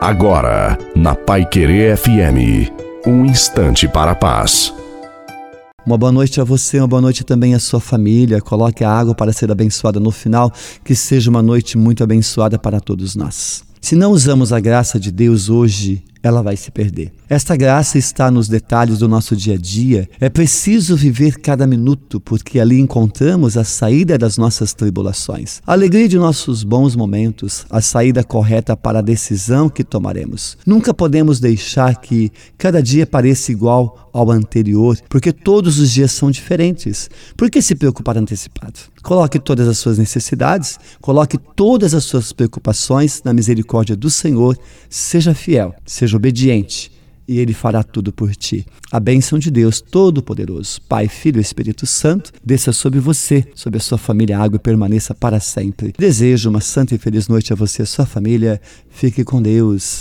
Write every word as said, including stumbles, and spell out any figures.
Agora, na Paiquerê F M, um instante para a paz. Uma boa noite a você, uma boa noite também à sua família. Coloque a água para ser abençoada no final, que seja uma noite muito abençoada para todos nós. Se não usamos a graça de Deus hoje, ela vai se perder. Esta graça está nos detalhes do nosso dia a dia. É preciso viver cada minuto, porque ali encontramos a saída das nossas tribulações, a alegria de nossos bons momentos, a saída correta para a decisão que tomaremos. Nunca podemos deixar que cada dia pareça igual ao anterior, porque todos os dias são diferentes. Por que se preocupar antecipado? Coloque todas as suas necessidades, coloque todas as suas preocupações na misericórdia do Senhor, seja fiel, seja obediente, e Ele fará tudo por ti. A bênção de Deus Todo-Poderoso, Pai, Filho e Espírito Santo, desça sobre você, sobre a sua família, a água e permaneça para sempre. Desejo uma santa e feliz noite a você e a sua família. Fique com Deus.